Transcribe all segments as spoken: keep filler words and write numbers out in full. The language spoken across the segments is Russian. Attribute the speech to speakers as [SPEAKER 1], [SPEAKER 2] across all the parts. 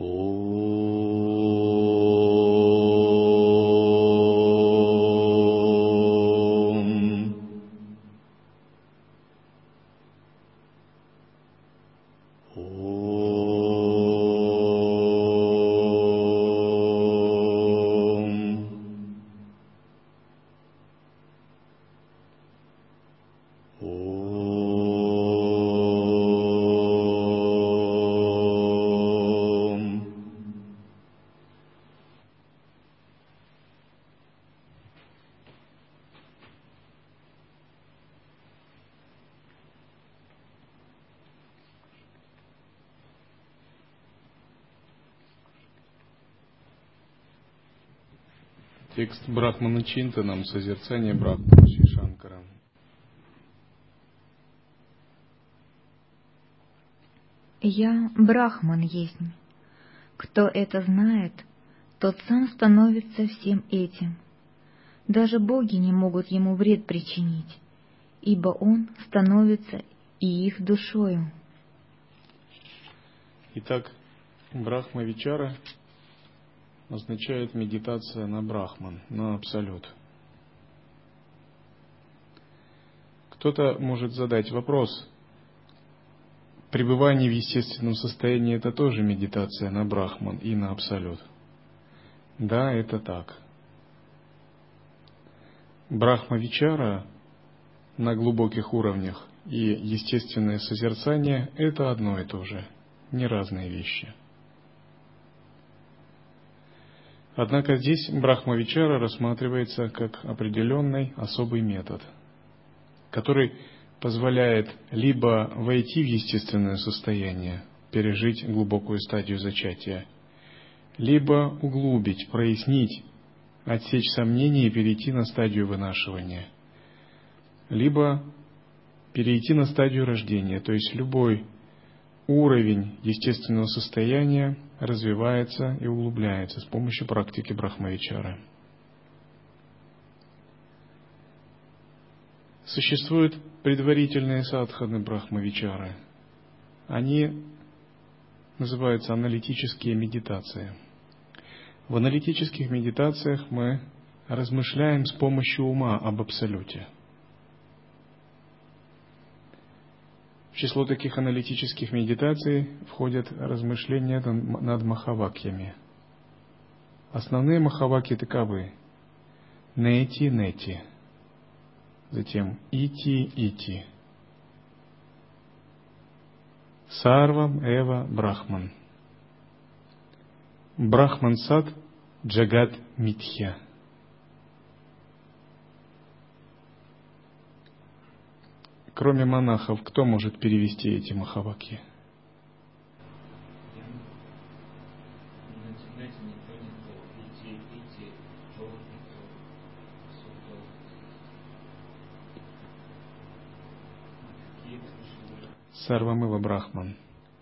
[SPEAKER 1] Текст Брахмана Чинтанам, созерцание Брахмана Шри Шанкара.
[SPEAKER 2] Я Брахман есть. Кто это знает, тот сам становится всем этим. Даже боги не могут ему вред причинить, ибо он становится и их душою.
[SPEAKER 1] Итак, Брахма-вичара означает медитация на Брахман, на Абсолют. Кто-то может задать вопрос: пребывание в естественном состоянии — это тоже медитация на Брахман и на Абсолют? Да, это так. Брахма-вичара на глубоких уровнях и естественное созерцание — это одно и то же, не разные вещи. Однако здесь Брахма-вичара рассматривается как определенный особый метод, который позволяет либо войти в естественное состояние, пережить глубокую стадию зачатия, либо углубить, прояснить, отсечь сомнения и перейти на стадию вынашивания, либо перейти на стадию рождения, то есть любой уровень естественного состояния развивается и углубляется с помощью практики Брахма-вичары. Существуют предварительные садханы Брахма-вичары. Они называются аналитические медитации. В аналитических медитациях мы размышляем с помощью ума об Абсолюте. В число таких аналитических медитаций входят размышления над махавакьями. Основные махавакьи таковы: нети-нети, затем ити-ити, сарвам эва брахман, брахман сат джагат митхья. Кроме монахов, кто может перевести эти махавакьи? Сарвамыва Брахман.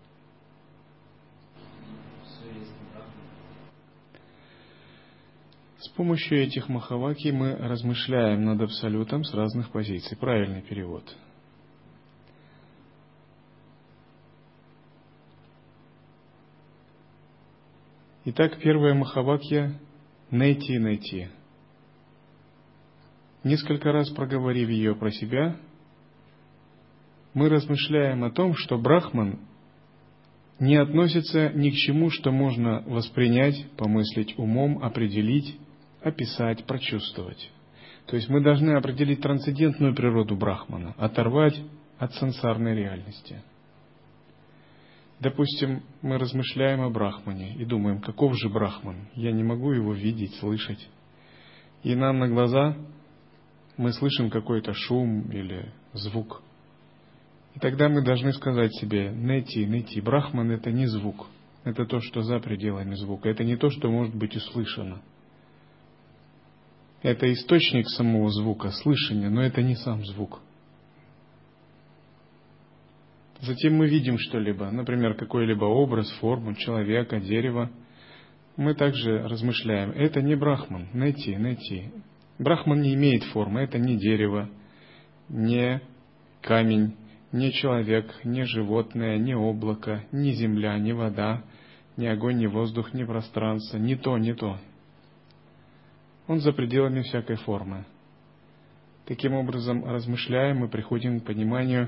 [SPEAKER 1] С помощью этих махавакьи мы размышляем над Абсолютом с разных позиций. Правильный перевод. Итак, первая махавакья — нети-нети. Несколько раз проговорив ее про себя, мы размышляем о том, что Брахман не относится ни к чему, что можно воспринять, помыслить умом, определить, описать, прочувствовать. То есть мы должны определить трансцендентную природу Брахмана, оторвать от сансарной реальности. Допустим, мы размышляем о Брахмане и думаем: каков же Брахман? Я не могу его видеть, слышать. И нам на глаза мы слышим какой-то шум или звук. И тогда мы должны сказать себе: нети, нети, Брахман — это не звук. Это то, что за пределами звука. Это не то, что может быть услышано. Это источник самого звука, слышания, но это не сам звук. Затем мы видим что-либо, например, какой-либо образ, форму, человека, дерево. Мы также размышляем: это не Брахман, нети, нети. Брахман не имеет формы, это не дерево, не камень, не человек, не животное, не облако, не земля, не вода, ни огонь, ни воздух, ни пространство, ни то, ни то. Он за пределами всякой формы. Таким образом, размышляя, мы приходим к пониманию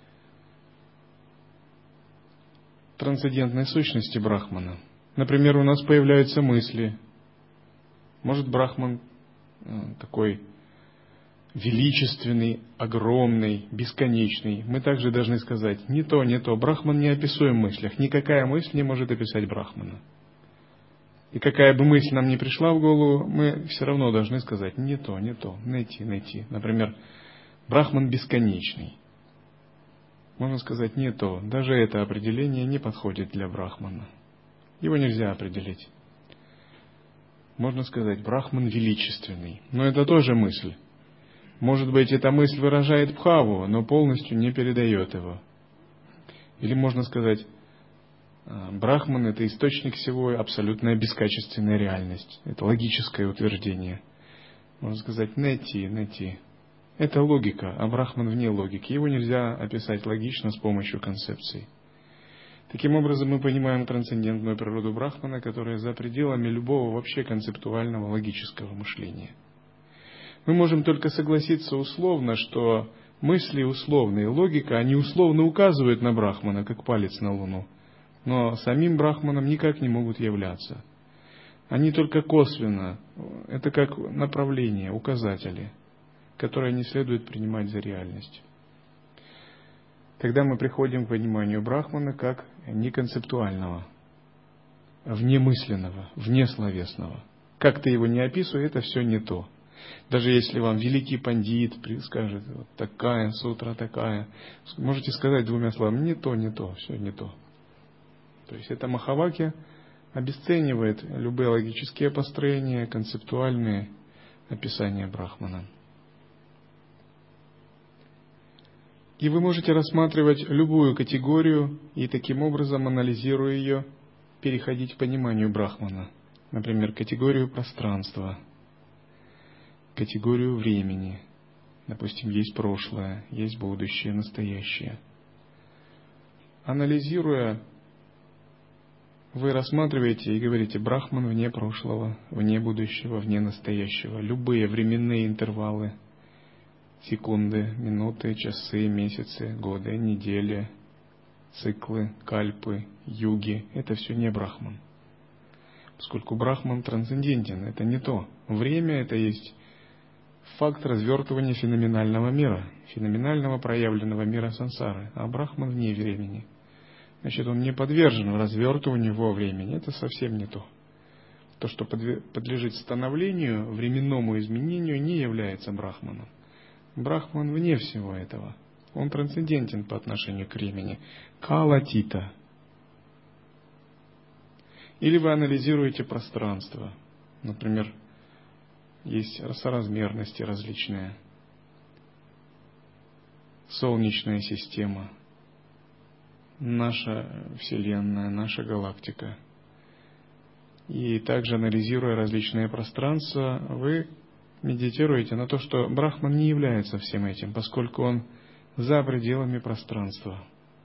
[SPEAKER 1] трансцендентной сущности Брахмана. Например, у нас появляются мысли. Может, Брахман такой величественный, огромный, бесконечный. Мы также должны сказать, не то, не то. Брахман не описуем в мыслях. Никакая мысль не может описать Брахмана. И какая бы мысль нам ни пришла в голову, мы все равно должны сказать, не то, не то, найти, найти. Например, Брахман бесконечный. Можно сказать, не то. Даже это определение не подходит для Брахмана. Его нельзя определить. Можно сказать, Брахман величественный. Но это тоже мысль. Может быть, эта мысль выражает бхаву, но полностью не передает его. Или можно сказать, Брахман — это источник всего, абсолютная бескачественная реальность. Это логическое утверждение. Можно сказать, найти, найти. Это логика, а Брахман вне логики. Его нельзя описать логично с помощью концепций. Таким образом, мы понимаем трансцендентную природу Брахмана, которая за пределами любого вообще концептуального логического мышления. Мы можем только согласиться условно, что мысли условные, логика, они условно указывают на Брахмана, как палец на Луну, но самим Брахманом никак не могут являться. Они только косвенно, это как направление, указатели, которые не следует принимать за реальность. Тогда мы приходим к пониманию Брахмана как неконцептуального, внемысленного, внесловесного. Как ты его не описывай, это все не то. Даже если вам великий пандит скажет, вот такая сутра, такая, можете сказать двумя словами, не то, не то, все не то. То есть эта Махавакья обесценивает любые логические построения, концептуальные описания Брахмана. И вы можете рассматривать любую категорию и таким образом, анализируя ее, переходить к пониманию Брахмана. Например, категорию пространства, категорию времени. Допустим, есть прошлое, есть будущее, настоящее. Анализируя, вы рассматриваете и говорите, Брахман вне прошлого, вне будущего, вне настоящего. Любые временные интервалы, секунды, минуты, часы, месяцы, годы, недели, циклы, кальпы, юги – это все не Брахман. Поскольку Брахман трансцендентен, это не то. Время – это есть факт развертывания феноменального мира, феноменального проявленного мира сансары, а Брахман вне времени. Значит, он не подвержен развертыванию во времени. Это совсем не то. То, что подлежит становлению, временному изменению, не является Брахманом. Брахман вне всего этого. Он трансцендентен по отношению к времени. Калатита. Или вы анализируете пространство. Например, есть соразмерности различные. Солнечная система. Наша Вселенная, наша галактика. И также, анализируя различные пространства, вы медитируете на то, что Брахман не является всем этим, поскольку он за пределами пространства.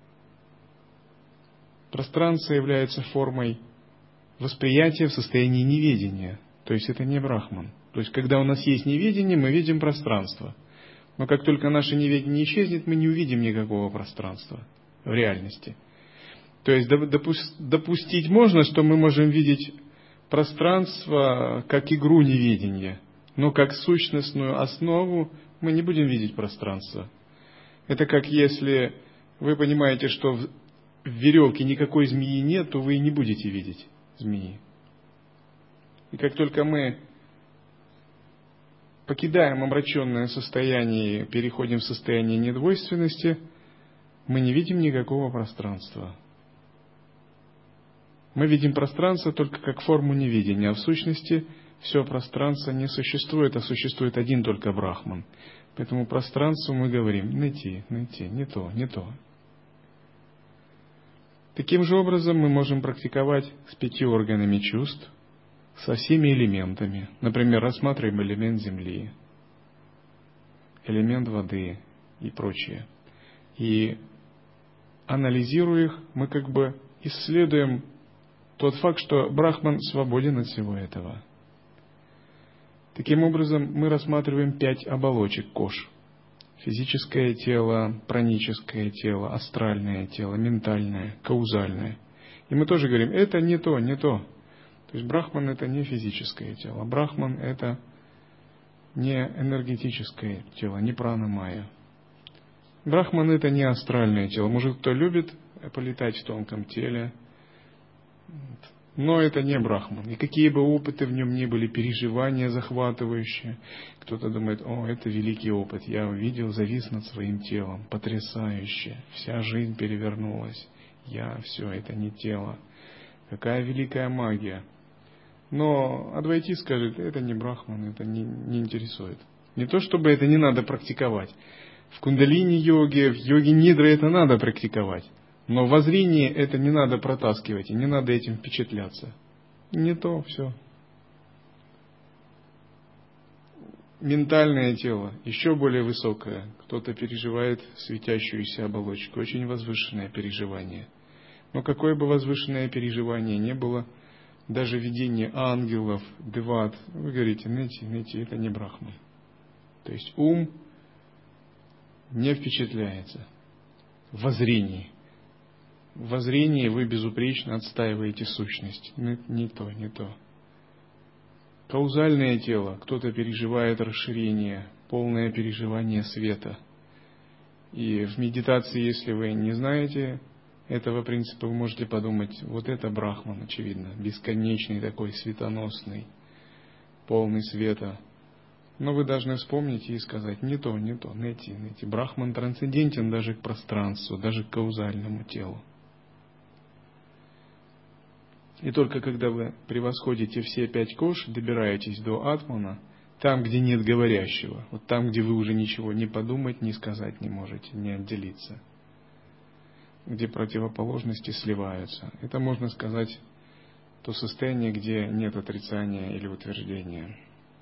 [SPEAKER 1] Пространство является формой восприятия в состоянии неведения. То есть это не Брахман. То есть когда у нас есть неведение, мы видим пространство. Но как только наше неведение исчезнет, мы не увидим никакого пространства в реальности. То есть допустить можно, что мы можем видеть пространство как игру неведения, но как сущностную основу мы не будем видеть пространство. Это как если вы понимаете, что в веревке никакой змеи нет, то вы и не будете видеть змеи. И как только мы покидаем омраченное состояние и переходим в состояние недвойственности, мы не видим никакого пространства. Мы видим пространство только как форму невидения, а в сущности все пространство не существует, а существует один только Брахман. Поэтому пространству мы говорим найти, найти, не то, не то. Таким же образом мы можем практиковать с пятью органами чувств, со всеми элементами. Например, рассматриваем элемент земли, элемент воды и прочее. И анализируя их, мы как бы исследуем тот факт, что Брахман свободен от всего этого. Таким образом, мы рассматриваем пять оболочек кош. Физическое тело, праническое тело, астральное тело, ментальное, каузальное. И мы тоже говорим, это не то, не то. То есть Брахман это не физическое тело. Брахман это не энергетическое тело, не прана-майя. Брахман это не астральное тело. Может, кто любит полетать в тонком теле, но это не Брахман. И какие бы опыты в нем ни были, переживания захватывающие, кто-то думает, о, это великий опыт, я увидел, завис над своим телом, потрясающе, вся жизнь перевернулась, я, все, это не тело. Какая великая магия. Но адвайтист скажет, это не Брахман, это не, не интересует. Не то, чтобы это не надо практиковать. В кундалини-йоге, в йоге нидры это надо практиковать. Но в воззрении это не надо протаскивать, и не надо этим впечатляться. Не то, все. Ментальное тело, еще более высокое. Кто-то переживает светящуюся оболочку, очень возвышенное переживание. Но какое бы возвышенное переживание ни было, даже видение ангелов, деват, вы говорите, нети, нети, это не Брахман. То есть ум не впечатляется в воззрении. В воззрении вы безупречно отстаиваете сущность. Не, не то, не то. Каузальное тело. Кто-то переживает расширение, полное переживание света. И в медитации, если вы не знаете этого принципа, вы можете подумать, вот это Брахман, очевидно, бесконечный такой, светоносный, полный света. Но вы должны вспомнить и сказать, не то, не то, нети, нети. Брахман трансцендентен даже к пространству, даже к каузальному телу. И только когда вы превосходите все пять кош, добираетесь до атмана, там, где нет говорящего, вот там, где вы уже ничего не подумать, не сказать не можете, не отделиться, где противоположности сливаются. Это, можно сказать, то состояние, где нет отрицания или утверждения.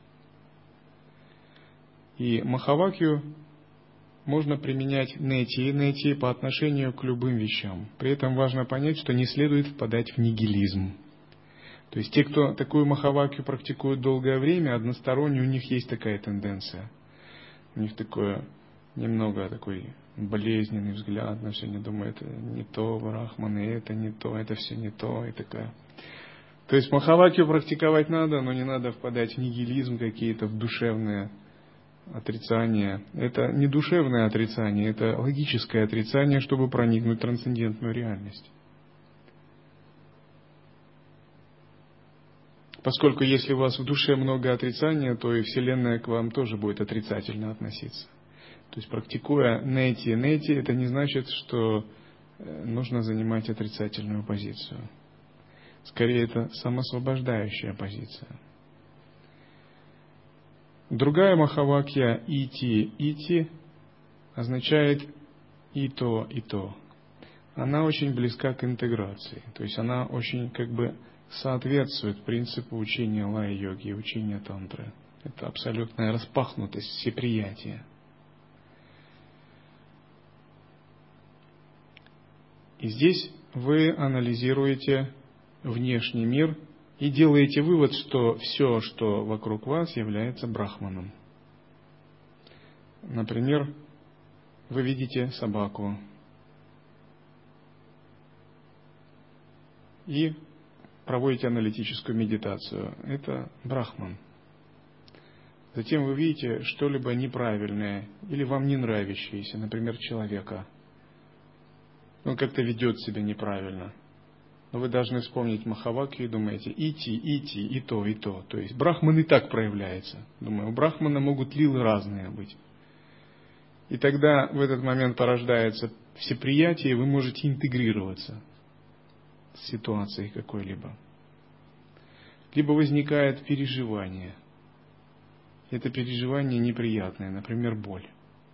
[SPEAKER 1] И махавакью можно применять нети и нети по отношению к любым вещам. При этом важно понять, что не следует впадать в нигилизм. То есть те, кто такую махавакью практикуют долгое время, односторонне, у них есть такая тенденция. У них такое немного такой болезненный взгляд на все, не думают, это не то, Брахман, и это не то, это все не то, и такая. То есть махавакью практиковать надо, но не надо впадать в нигилизм какие-то, в душевные отрицание. Это не душевное отрицание, это логическое отрицание, чтобы проникнуть в трансцендентную реальность. Поскольку если у вас в душе много отрицания, то и Вселенная к вам тоже будет отрицательно относиться. То есть практикуя нети-нети, это не значит, что нужно занимать отрицательную позицию. Скорее, это самосвобождающая позиция. Другая махавакья ити-ити означает и то, и то. Она очень близка к интеграции. То есть она очень как бы соответствует принципу учения лая-йоги и учения тантры. Это абсолютная распахнутость, всеприятие. И здесь вы анализируете внешний мир и делаете вывод, что все, что вокруг вас, является брахманом. Например, вы видите собаку и проводите аналитическую медитацию. Это брахман. Затем вы видите что-либо неправильное или вам не нравящееся, например, человека. Он как-то ведет себя неправильно. Но вы должны вспомнить махавакью и думаете, ити, ити, и то, и то. То есть брахман и так проявляется. Думаю, у брахмана могут лилы разные быть. И тогда в этот момент порождается всеприятие, и вы можете интегрироваться с ситуацией какой-либо. Либо возникает переживание. Это переживание неприятное, например, боль.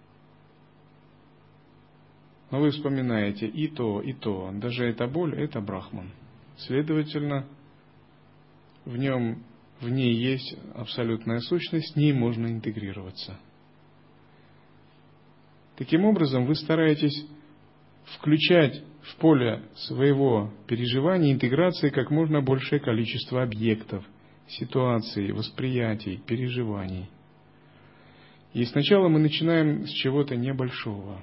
[SPEAKER 1] Но вы вспоминаете и то, и то. Даже эта боль – это брахман. Следовательно, в нем, в ней есть абсолютная сущность, с ней можно интегрироваться. Таким образом, вы стараетесь включать в поле своего переживания, интеграции как можно большее количество объектов, ситуаций, восприятий, переживаний. И сначала мы начинаем с чего-то небольшого.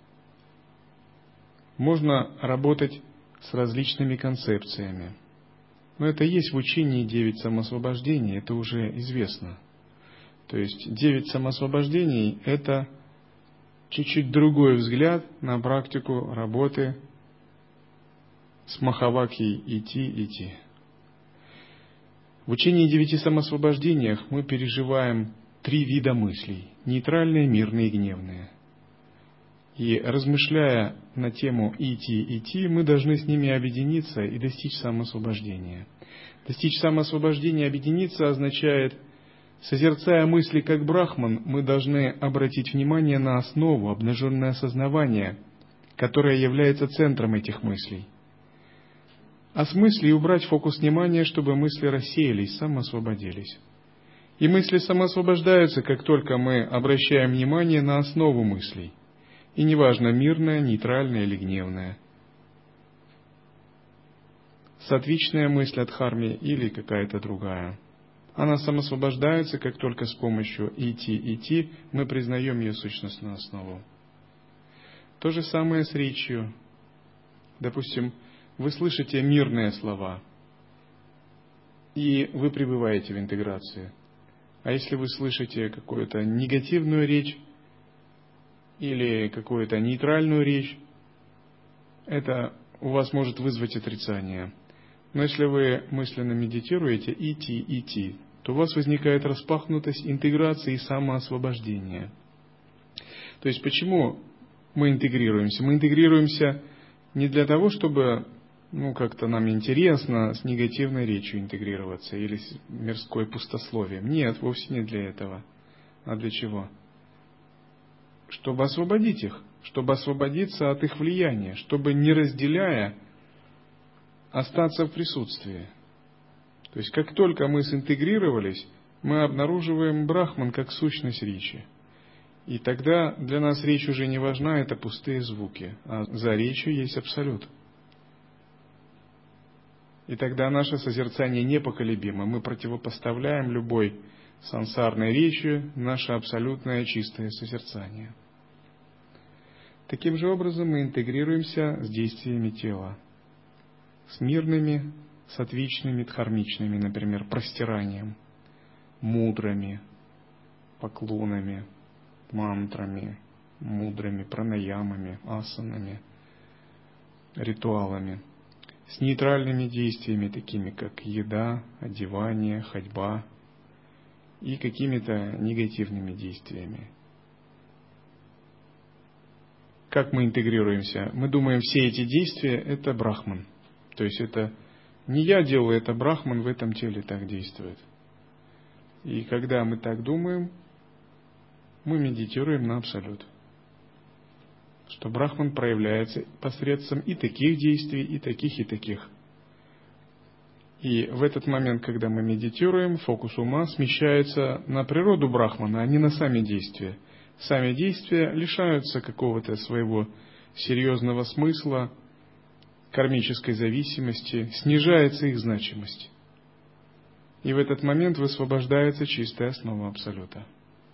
[SPEAKER 1] Можно работать с различными концепциями. Но это есть в учении девять самоосвобождений, это уже известно. То есть девять самоосвобождений – это чуть-чуть другой взгляд на практику работы с Махавакьей идти-идти. В учении девяти самоосвобождениях мы переживаем три вида мыслей – нейтральные, мирные и гневные. И размышляя на тему идти-идти, мы должны с ними объединиться и достичь самоосвобождения. Достичь самоосвобождения, объединиться означает, созерцая мысли как брахман, мы должны обратить внимание на основу, обнаженное осознавание, которое является центром этих мыслей. А с мыслей убрать фокус внимания, чтобы мысли рассеялись, самоосвободились. И мысли самоосвобождаются, как только мы обращаем внимание на основу мыслей. И неважно, мирная, нейтральная или гневная. Сатвичная мысль от дхармы или какая-то другая. Она самосвобождается, как только с помощью идти-идти мы признаем ее сущностную основу. То же самое с речью. Допустим, вы слышите мирные слова, и вы пребываете в интеграции. А если вы слышите какую-то негативную речь или какую-то нейтральную речь, это у вас может вызвать отрицание. Но если вы мысленно медитируете идти, идти, то у вас возникает распахнутость интеграции и самоосвобождения. То есть почему мы интегрируемся? Мы интегрируемся не для того, чтобы ну, как-то нам интересно с негативной речью интегрироваться или с мирской пустословием. Нет, вовсе не для этого. А для чего? Чтобы освободить их, чтобы освободиться от их влияния, чтобы, не разделяя, остаться в присутствии. То есть, как только мы синтегрировались, мы обнаруживаем брахман как сущность речи. И тогда для нас речь уже не важна, это пустые звуки, а за речью есть абсолют. И тогда наше созерцание непоколебимо. Мы противопоставляем любой сансарной речи наше абсолютное чистое созерцание. Таким же образом мы интегрируемся с действиями тела. С мирными, сатвичными, дхармичными, например, простиранием, мудрами, поклонами, мантрами, мудрами, пранаямами, асанами, ритуалами. С нейтральными действиями, такими как еда, одевание, ходьба, и какими-то негативными действиями. Как мы интегрируемся? Мы думаем, все эти действия – это брахман. То есть это не я делаю, это брахман в этом теле так действует. И когда мы так думаем, мы медитируем на абсолют. Что брахман проявляется посредством и таких действий, и таких, и таких. И в этот момент, когда мы медитируем, фокус ума смещается на природу брахмана, а не на сами действия. Сами действия лишаются какого-то своего серьезного смысла, кармической зависимости, снижается их значимость. И в этот момент высвобождается чистая основа абсолюта.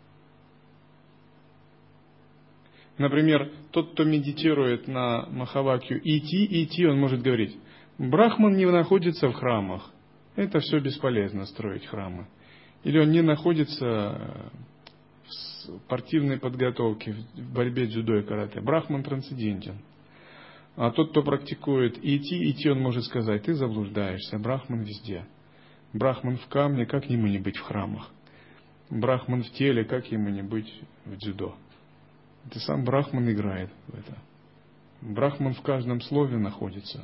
[SPEAKER 1] Например, тот, кто медитирует на Махавакью идти, идти, он может говорить, брахман не находится в храмах, это все бесполезно строить храмы. Или он не находится в спортивной подготовке, в борьбе дзюдо и карате, брахман трансцендентен. А тот, кто практикует идти, идти, он может сказать, ты заблуждаешься, брахман везде. Брахман в камне, как ему не быть в храмах? Брахман в теле, как ему не быть в дзюдо? Это сам брахман играет в это. Брахман в каждом слове находится.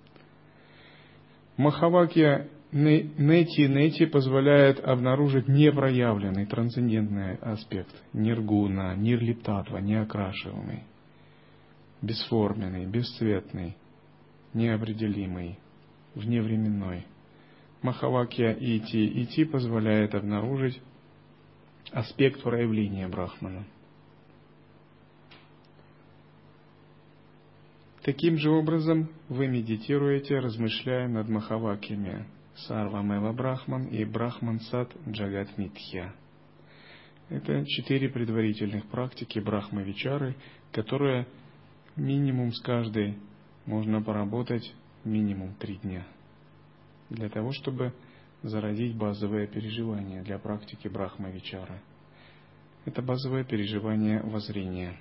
[SPEAKER 1] Махавакья нети-нети позволяет обнаружить непроявленный трансцендентный аспект. Ниргуна, нирлиптатва, неокрашиваемый, бесформенный, бесцветный, неопределимый, вневременной. Махавакья ити-ити позволяет обнаружить аспект проявления брахмана. Таким же образом вы медитируете, размышляя над Махавакьями Сарвамева Брахман и Брахман Сат Джагат Митхья. Это четыре предварительных практики Брахма-вичары, которые минимум с каждой можно поработать минимум три дня, для того, чтобы зародить базовое переживание для практики Брахма-вичары. Это базовое переживание воззрения.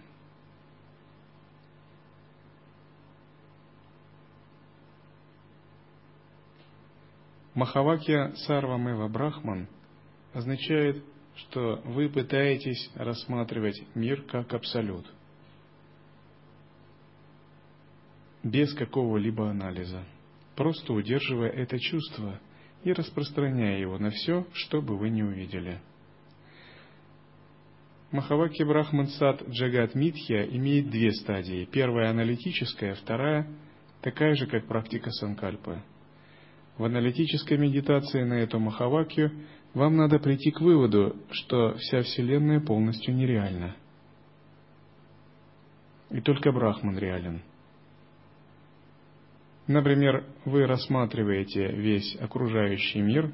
[SPEAKER 1] Махавакья Сарвамева Брахман означает, что вы пытаетесь рассматривать мир как абсолют, без какого-либо анализа, просто удерживая это чувство и распространяя его на все, что бы вы ни увидели. Махавакья Брахман Сат Джагат Митхья имеет две стадии. Первая аналитическая, вторая такая же, как практика санкальпы. В аналитической медитации на эту Махавакью вам надо прийти к выводу, что вся Вселенная полностью нереальна. И только Брахман реален. Например, вы рассматриваете весь окружающий мир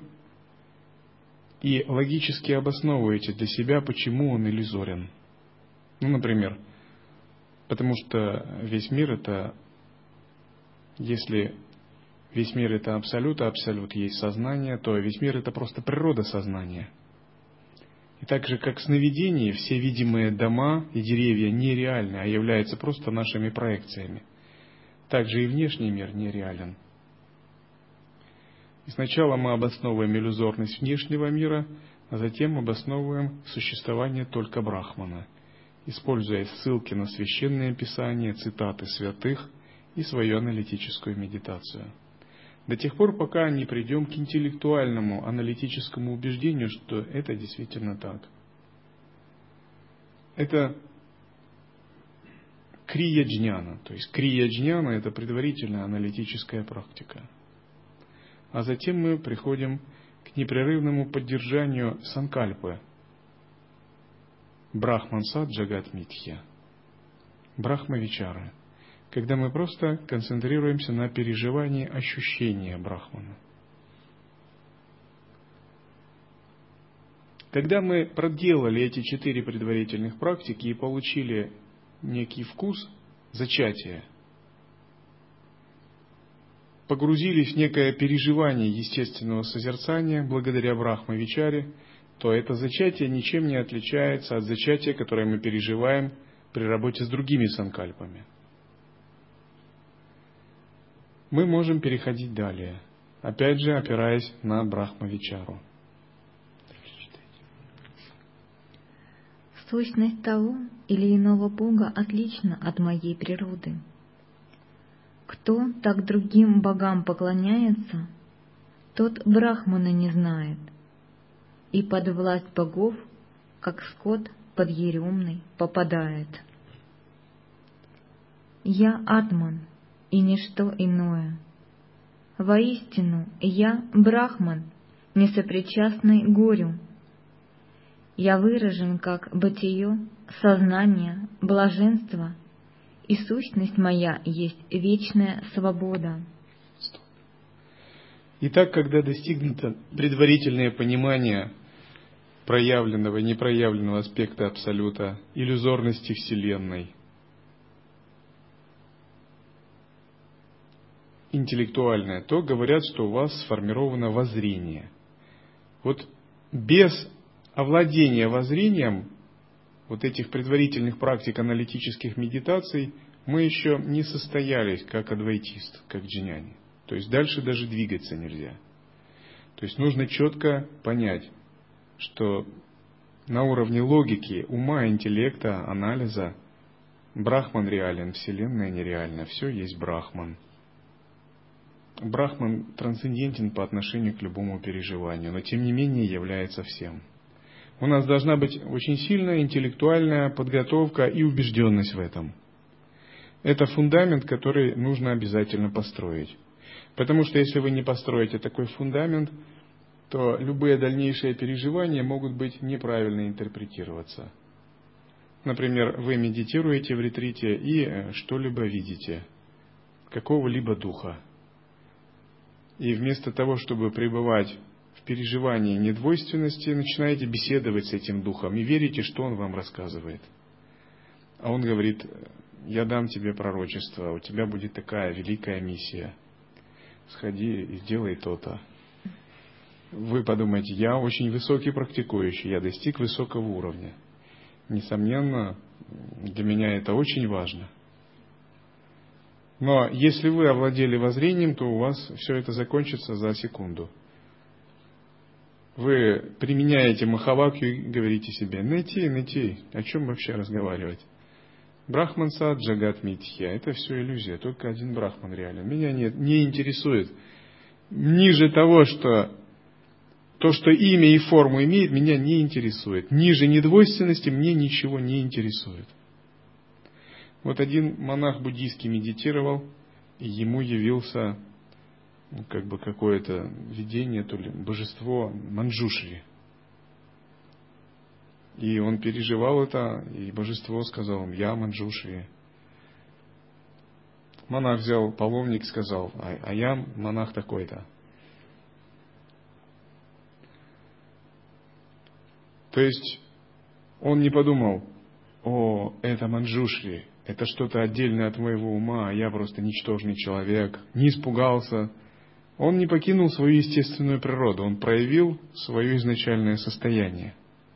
[SPEAKER 1] и логически обосновываете для себя, почему он иллюзорен. Ну, например, потому что весь мир это, если весь мир это абсолют, а абсолют есть сознание, то весь мир это просто природа сознания. И так же, как в сновидении, все видимые дома и деревья нереальны, а являются просто нашими проекциями. Также и внешний мир нереален. И сначала мы обосновываем иллюзорность внешнего мира, а затем обосновываем существование только Брахмана, используя ссылки на священные писания, цитаты святых и свою аналитическую медитацию. До тех пор, пока не придем к интеллектуальному аналитическому убеждению, что это действительно так. Это крия-джняна, то есть крия-джняна – это предварительная аналитическая практика. А затем мы приходим к непрерывному поддержанию санкальпы Брахман Сат Джагат Митхья, Брахма-вичары, когда мы просто концентрируемся на переживании ощущения Брахмана. Когда мы проделали эти четыре предварительных практики и получили некий вкус зачатия, погрузились в некое переживание естественного созерцания благодаря Брахма-вичаре, то это зачатие ничем не отличается от зачатия, которое мы переживаем при работе с другими санкальпами. Мы можем переходить далее, опять же опираясь на Брахма-вичару.
[SPEAKER 2] Сущность того или иного Бога отлична от моей природы. Кто так другим богам поклоняется, тот Брахмана не знает, и под власть богов, как скот под еремный, попадает. Я Атман, и ничто иное. Воистину, я Брахман, несопричастный горю. Я выражен как бытие, сознание, блаженство, и сущность моя есть вечная свобода.
[SPEAKER 1] Итак, когда достигнуто предварительное понимание проявленного и непроявленного аспекта Абсолюта, иллюзорности Вселенной, интеллектуальное, то говорят, что у вас сформировано воззрение. Вот без овладения воззрением вот этих предварительных практик аналитических медитаций мы еще не состоялись как адвайтист, как джняни. То есть дальше даже двигаться нельзя. То есть нужно четко понять, что на уровне логики, ума, интеллекта, анализа Брахман реален, Вселенная нереальна, все есть Брахман. Брахман трансцендентен по отношению к любому переживанию, но тем не менее является всем. У нас должна быть очень сильная интеллектуальная подготовка и убежденность в этом. Это фундамент, который нужно обязательно построить. Потому что если вы не построите такой фундамент, то любые дальнейшие переживания могут быть неправильно интерпретироваться. Например, вы медитируете в ретрите и что-либо видите. какого-либо духа. И вместо того, чтобы пребывать в переживании недвойственности, начинаете беседовать с этим духом и верите, что он вам рассказывает. А он говорит: я дам тебе пророчество, у тебя будет такая великая миссия. Сходи и сделай то-то. Вы подумаете: я очень высокий практикующий, я достиг высокого уровня. Несомненно, для меня это очень важно. Но если вы овладели воззрением, то у вас все это закончится за секунду. Вы применяете махавакью и говорите себе: найти, найти, о чем вообще разговаривать? Брахман сад, джагат митхья. Это все иллюзия, только один брахман реален. Меня не, не интересует. Ниже того, что то, что имя и форму имеет, меня не интересует. Ниже недвойственности мне ничего не интересует. Вот один монах буддийский медитировал, и ему явился ну, как бы какое-то видение, то ли божество Манджушри. И он переживал это, и божество сказало ему: я Манджушри. Монах взял паломник и сказал: а, а я монах такой-то. То есть он не подумал: о, это Манджушри, это что-то отдельное от моего ума, а я просто ничтожный человек. Не испугался. Он не покинул свою естественную природу, он проявил свое изначальное состояние.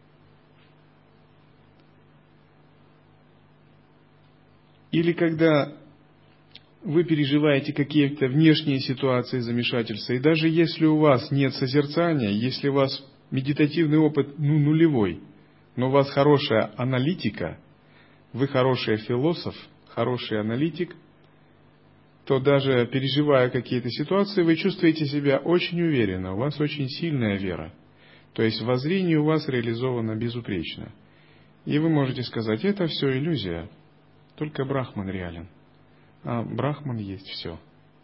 [SPEAKER 1] Или когда вы переживаете какие-то внешние ситуации замешательства, и даже если у вас нет созерцания, если у вас медитативный опыт ну, нулевой, но у вас хорошая аналитика, вы хороший философ, хороший аналитик, то даже переживая какие-то ситуации, вы чувствуете себя очень уверенно, у вас очень сильная вера. То есть воззрение у вас реализовано безупречно. И вы можете сказать: это все иллюзия, только Брахман реален. А Брахман есть все.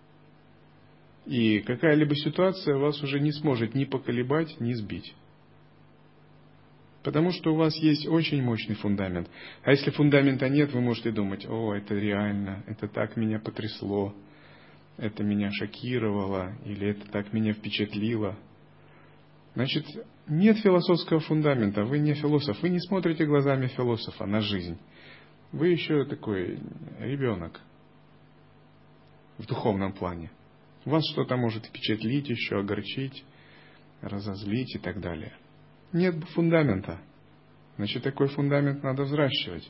[SPEAKER 1] И какая-либо ситуация вас уже не сможет ни поколебать, ни сбить. Потому что у вас есть очень мощный фундамент. А если фундамента нет, вы можете думать: о, это реально, это так меня потрясло, это меня шокировало, или это так меня впечатлило. Значит, нет философского фундамента, вы не философ, вы не смотрите глазами философа на жизнь. Вы еще такой ребенок в духовном плане. Вас что-то может впечатлить, еще огорчить, разозлить и так далее. Нет фундамента. Значит, такой фундамент надо взращивать.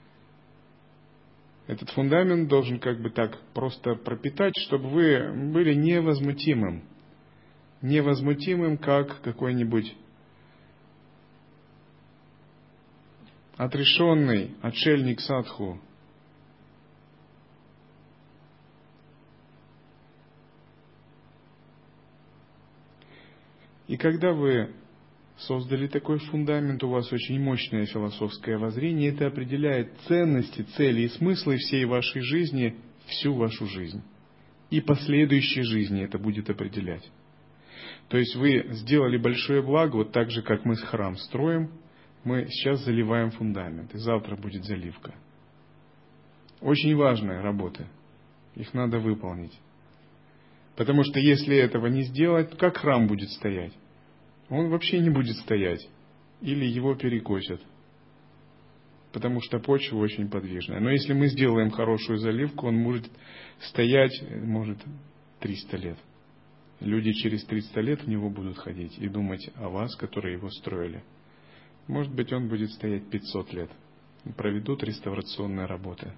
[SPEAKER 1] Этот фундамент должен как бы так просто пропитать, чтобы вы были невозмутимым. Невозмутимым, как какой-нибудь отрешенный отшельник садху. И когда вы создали такой фундамент, у вас очень мощное философское воззрение, это определяет ценности, цели и смыслы всей вашей жизни, всю вашу жизнь. И последующей жизни это будет определять. То есть вы сделали большое благо, вот так же, как мы храм строим, мы сейчас заливаем фундамент, и завтра будет заливка. Очень важная работа, их надо выполнить. Потому что если этого не сделать, как храм будет стоять? Он вообще не будет стоять. Или его перекосят. Потому что почва очень подвижная. Но если мы сделаем хорошую заливку, он может стоять, может, триста лет. Люди через триста лет в него будут ходить и думать о вас, которые его строили. Может быть, он будет стоять пятьсот лет. Проведут реставрационные работы.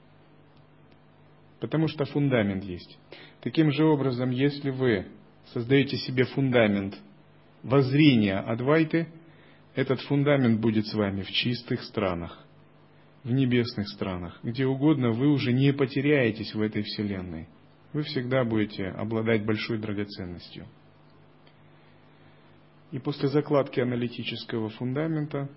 [SPEAKER 1] Потому что фундамент есть. Таким же образом, если вы создаете себе фундамент воззрения Адвайты, этот фундамент будет с вами в чистых странах, в небесных странах, где угодно вы уже не потеряетесь в этой вселенной. Вы всегда будете обладать большой драгоценностью. И после закладки аналитического фундамента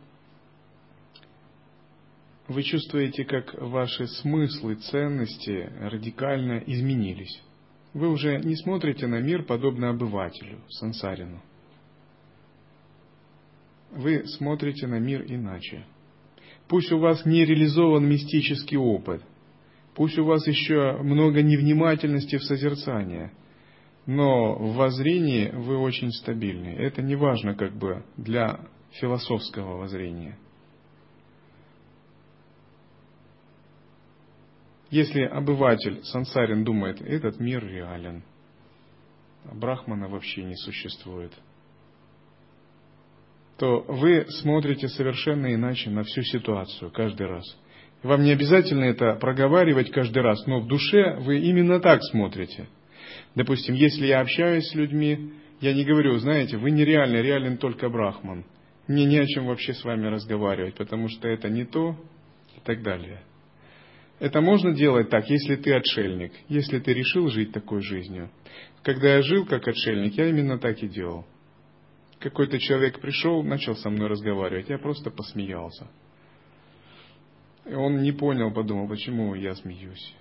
[SPEAKER 1] вы чувствуете, как ваши смыслы, ценности радикально изменились. Вы уже не смотрите на мир подобно обывателю, сансарину. Вы смотрите на мир иначе. Пусть у вас не реализован мистический опыт, Пусть у вас еще много невнимательности в созерцании, но в воззрении вы очень стабильны. Это не важно как бы для философского воззрения. Если обыватель, сансарин, думает, этот мир реален, а Брахмана вообще не существует, то вы смотрите совершенно иначе на всю ситуацию каждый раз. Вам не обязательно это проговаривать каждый раз, но в душе вы именно так смотрите. Допустим, если я общаюсь с людьми, я не говорю, знаете, вы нереальны, реален только Брахман. Мне не о чем вообще с вами разговаривать, потому что это не то и так далее. Это можно делать так, если ты отшельник, если ты решил жить такой жизнью. Когда я жил как отшельник, я именно так и делал. Какой-то человек пришел, начал со мной разговаривать, я просто посмеялся. И он не понял, подумал, почему я смеюсь.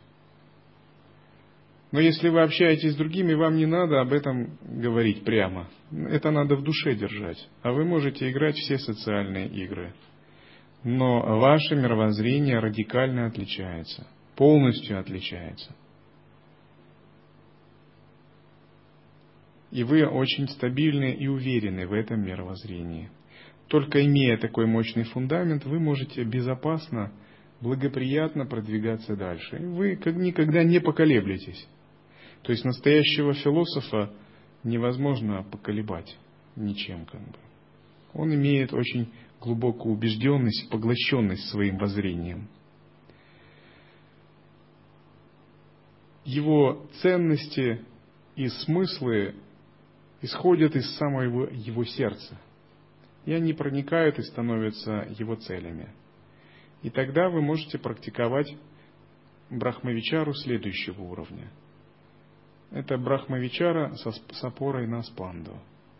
[SPEAKER 1] Но если вы общаетесь с другими, вам не надо об этом говорить прямо. Это надо в душе держать. А вы можете играть все социальные игры. Но ваше мировоззрение радикально отличается, полностью отличается. И вы очень стабильны и уверены в этом мировоззрении. Только имея такой мощный фундамент, вы можете безопасно, благоприятно продвигаться дальше. И вы как никогда не поколеблетесь. То есть настоящего философа невозможно поколебать ничем, как бы. Он имеет очень глубокую убежденность, поглощенность своим воззрением. Его ценности и смыслы исходят из самого его сердца. И они проникают и становятся его целями. И тогда вы можете практиковать брахмавичару следующего уровня. Это брахмавичара с опорой на спанду.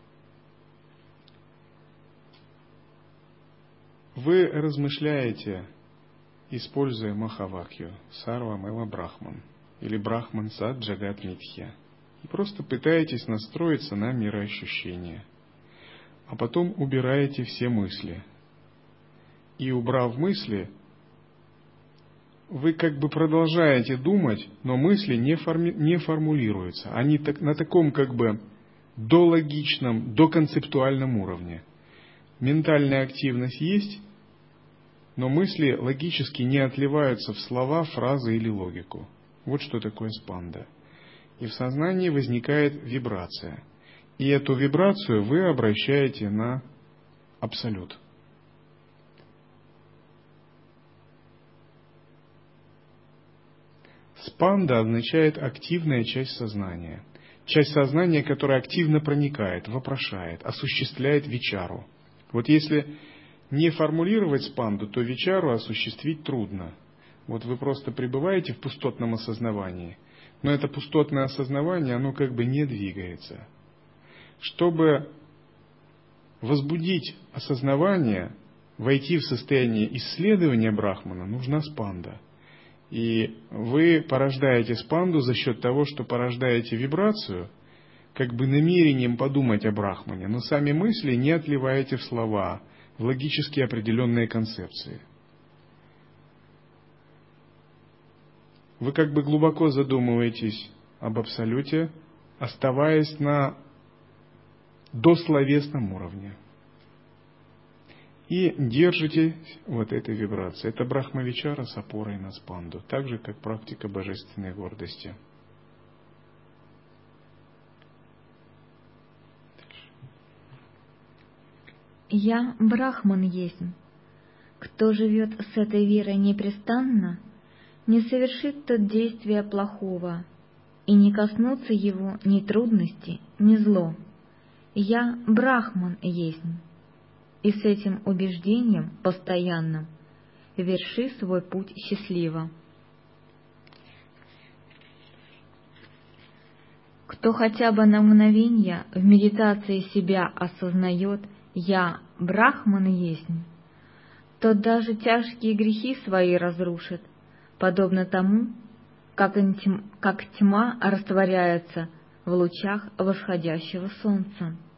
[SPEAKER 1] Вы размышляете, используя Махавакью, Сарва Мэва Брахман, или Брахман Сад Джагат Митхья, и просто пытаетесь настроиться на мироощущение, а потом убираете все мысли. И убрав мысли, вы как бы продолжаете думать, но мысли не, форми, не формулируются. Они так, на таком как бы дологичном, доконцептуальном уровне. Ментальная активность есть, но мысли логически не отливаются в слова, фразы или логику. Вот что такое спанда. И в сознании возникает вибрация. И эту вибрацию вы обращаете на абсолют. Спанда означает активная часть сознания. Часть сознания, которая активно проникает, вопрошает, осуществляет вичару. Вот если не формулировать спанду, то вичару осуществить трудно. Вот вы просто пребываете в пустотном осознавании, но это пустотное осознавание, оно как бы не двигается. Чтобы возбудить осознавание, войти в состояние исследования Брахмана, нужна спанда. И вы порождаете спанду за счет того, что порождаете вибрацию, как бы намерением подумать о Брахмане, но сами мысли не отливаете в слова, в логически определенные концепции. Вы как бы глубоко задумываетесь об абсолюте, оставаясь на дословесном уровне. И держите вот этой вибрации. Это брахмавичара с опорой на спанду, так же, как практика божественной гордости.
[SPEAKER 2] Я Брахман есть. Кто живет с этой верой непрестанно, не совершит тот действия плохого, и не коснутся его ни трудности, ни зло. Я Брахман есть. И с этим убеждением постоянным верши свой путь счастливо. Кто хотя бы на мгновенье в медитации себя осознает «Я Брахман есть», тот даже тяжкие грехи свои разрушит, подобно тому, как, интим, как тьма растворяется в лучах восходящего солнца.